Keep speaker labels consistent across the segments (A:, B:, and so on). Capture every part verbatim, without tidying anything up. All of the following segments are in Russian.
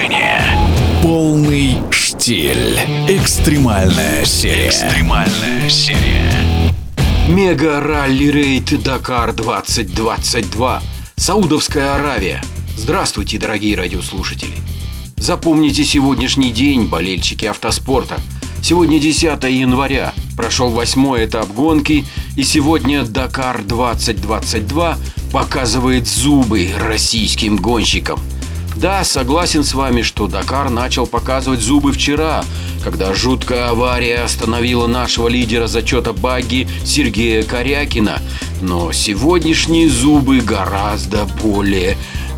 A: движения. Полный штиль. Экстремальная серия. Экстремальная серия.
B: Мега-ралли-рейд Дакар двадцать двадцать два. Саудовская Аравия. Здравствуйте, дорогие радиослушатели. Запомните сегодняшний день, болельщики автоспорта. Сегодня десятое января. Прошел восьмой этап гонки, и сегодня Дакар двадцать двадцать два показывает зубы российским гонщикам. Да, согласен с вами, что Дакар начал показывать зубы вчера, когда жуткая авария остановила нашего лидера зачета багги Сергея Карякина. Но сегодняшние зубы гораздо более...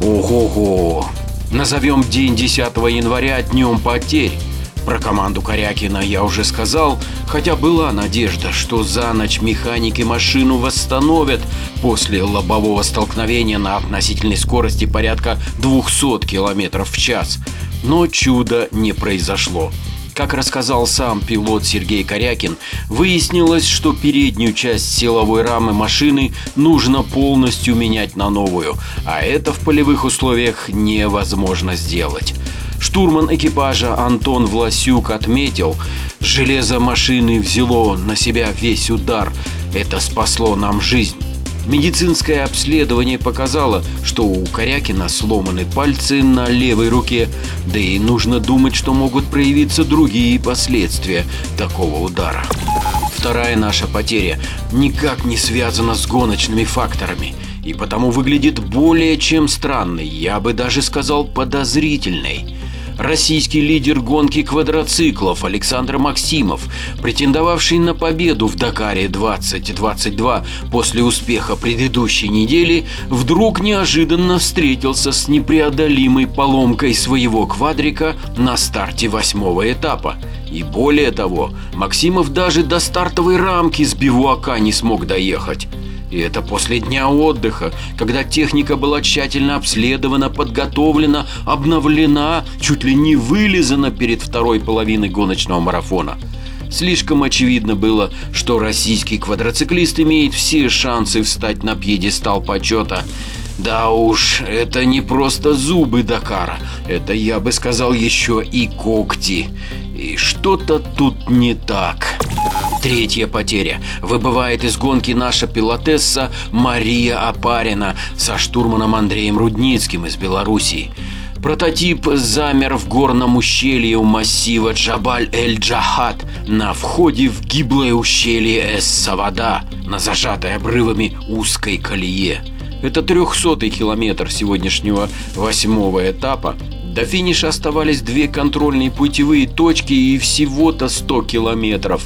B: Ого-го! Назовем день десятого января днем потерь. Про команду Карякина я уже сказал, хотя была надежда, что за ночь механики машину восстановят после лобового столкновения на относительной скорости порядка двухсот километров в час. Но чуда не произошло. Как рассказал сам пилот Сергей Карякин, выяснилось, что переднюю часть силовой рамы машины нужно полностью менять на новую, а это в полевых условиях невозможно сделать. Штурман экипажа Антон Власюк отметил, железо машины взяло на себя весь удар. Это спасло нам жизнь. Медицинское обследование показало, что у Карякина сломаны пальцы на левой руке, да и нужно думать, что могут проявиться другие последствия такого удара. Вторая наша потеря никак не связана с гоночными факторами, и потому выглядит более чем странной, я бы даже сказал подозрительной. Российский лидер гонки квадроциклов Александр Максимов, претендовавший на победу в Дакаре двадцать двадцать два после успеха предыдущей недели, вдруг неожиданно встретился с непреодолимой поломкой своего квадрика на старте восьмого этапа. И более того, Максимов даже до стартовой рамки с бивуака не смог доехать. И это после дня отдыха, когда техника была тщательно обследована, подготовлена, обновлена, чуть ли не вылизана перед второй половиной гоночного марафона. Слишком очевидно было, что российский квадроциклист имеет все шансы встать на пьедестал почета. Да уж, это не просто зубы Дакара, это, я бы сказал, еще и когти. И что-то тут не так. Третья потеря. Выбывает из гонки наша пилотесса Мария Опарина со штурманом Андреем Рудницким из Белоруссии. Прототип замер в горном ущелье у массива Джабаль-эль-Джахад на входе в гиблое ущелье Эс-Савада на зажатой обрывами узкой колее. Это трехсотый километр сегодняшнего восьмого этапа. До финиша оставались две контрольные путевые точки и всего-то сто километров.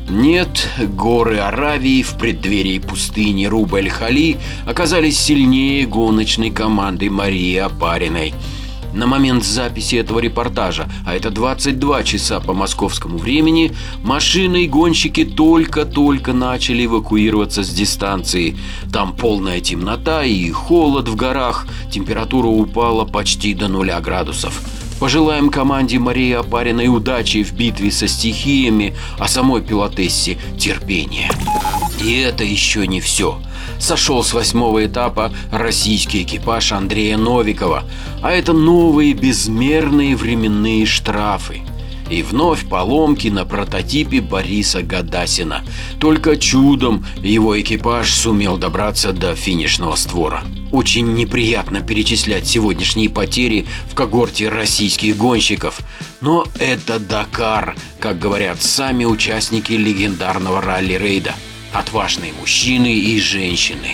B: Нет, горы Аравии в преддверии пустыни Руб-эль-Хали оказались сильнее гоночной команды Марии Опариной. На момент записи этого репортажа, а это двадцать два часа по московскому времени, машины и гонщики только-только начали эвакуироваться с дистанции. Там полная темнота и холод в горах, температура упала почти до нуля градусов. Пожелаем команде Марии Опариной удачи в битве со стихиями, а самой пилотессе терпения. И это еще не все. Сошел с восьмого этапа российский экипаж Андрея Новикова, а это новые безмерные временные штрафы. И вновь поломки на прототипе Бориса Гадасина. Только чудом его экипаж сумел добраться до финишного створа. Очень неприятно перечислять сегодняшние потери в когорте российских гонщиков. Но это Дакар, как говорят сами участники легендарного ралли-рейда. Отважные мужчины и женщины.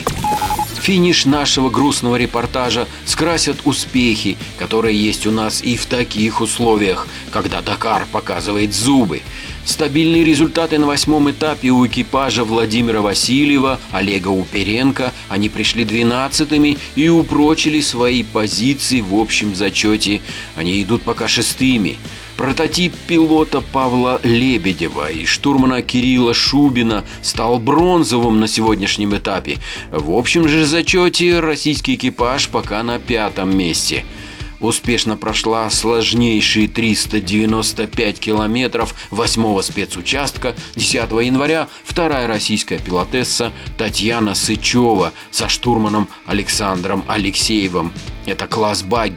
B: Финиш нашего грустного репортажа скрасят успехи, которые есть у нас и в таких условиях, когда Дакар показывает зубы. Стабильные результаты на восьмом этапе у экипажа Владимира Васильева, Олега Уперенко. Они пришли двенадцатыми и упрочили свои позиции в общем зачете. Они идут пока шестыми. Прототип пилота Павла Лебедева и штурмана Кирилла Шубина стал бронзовым на сегодняшнем этапе. В общем же зачете российский экипаж пока на пятом месте. Успешно прошла сложнейшие триста девяносто пять километров восьмого спецучастка десятого января вторая российская пилотесса Татьяна Сычева со штурманом Александром Алексеевым. Это класс багги.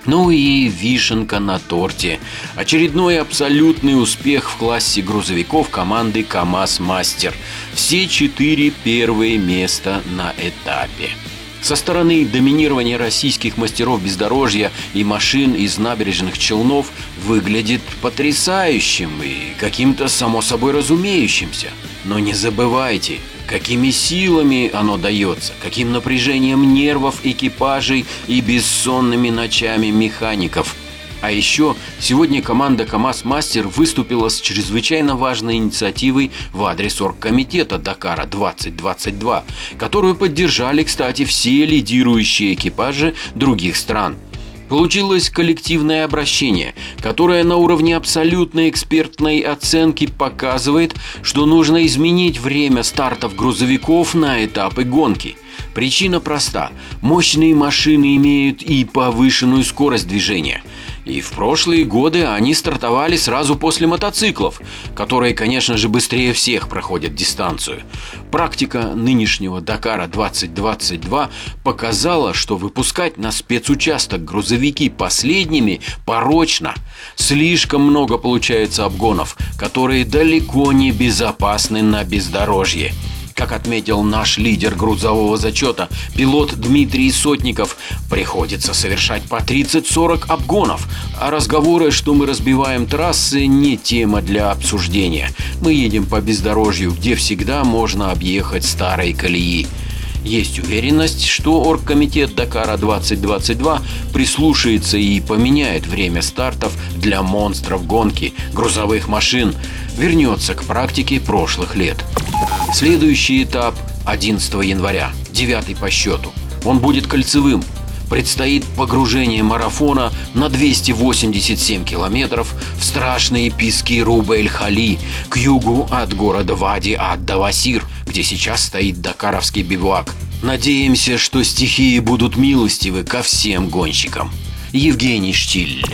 B: Ну и вишенка на торте. Очередной абсолютный успех в классе грузовиков команды КамАЗ-Мастер. Все четыре первые места на этапе. Со стороны доминирования российских мастеров бездорожья и машин из набережных Челнов выглядит потрясающим и каким-то само собой разумеющимся. Но не забывайте, какими силами оно дается, каким напряжением нервов экипажей и бессонными ночами механиков. А еще сегодня команда КамАЗ-Мастер выступила с чрезвычайно важной инициативой в адрес оргкомитета Дакара двадцать двадцать два, которую поддержали, кстати, все лидирующие экипажи других стран. Получилось коллективное обращение, которое на уровне абсолютной экспертной оценки показывает, что нужно изменить время стартов грузовиков на этапы гонки. Причина проста. Мощные машины имеют и повышенную скорость движения. И в прошлые годы они стартовали сразу после мотоциклов, которые, конечно же, быстрее всех проходят дистанцию. Практика нынешнего Дакара двадцать двадцать два показала, что выпускать на спецучасток грузовики последними порочно. Слишком много получается обгонов, которые далеко не безопасны на бездорожье. Как отметил наш лидер грузового зачета, пилот Дмитрий Сотников, приходится совершать по тридцать-сорок обгонов. А разговоры, что мы разбиваем трассы, не тема для обсуждения. Мы едем по бездорожью, где всегда можно объехать старые колеи. Есть уверенность, что оргкомитет Дакара двадцать двадцать два прислушается и поменяет время стартов для монстров гонки, грузовых машин, вернется к практике прошлых лет. Следующий этап одиннадцатого января, девятый по счету. Он будет кольцевым. Предстоит погружение марафона на двести восемьдесят семь километров в страшные пески Руб-эль-Хали к югу от города Вади-ад-Давасир, где сейчас стоит дакаровский бивуак. Надеемся, что стихии будут милостивы ко всем гонщикам. Евгений Штиль.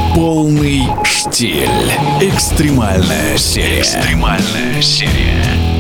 A: Полный штиль. Экстремальная серия. Экстремальная серия.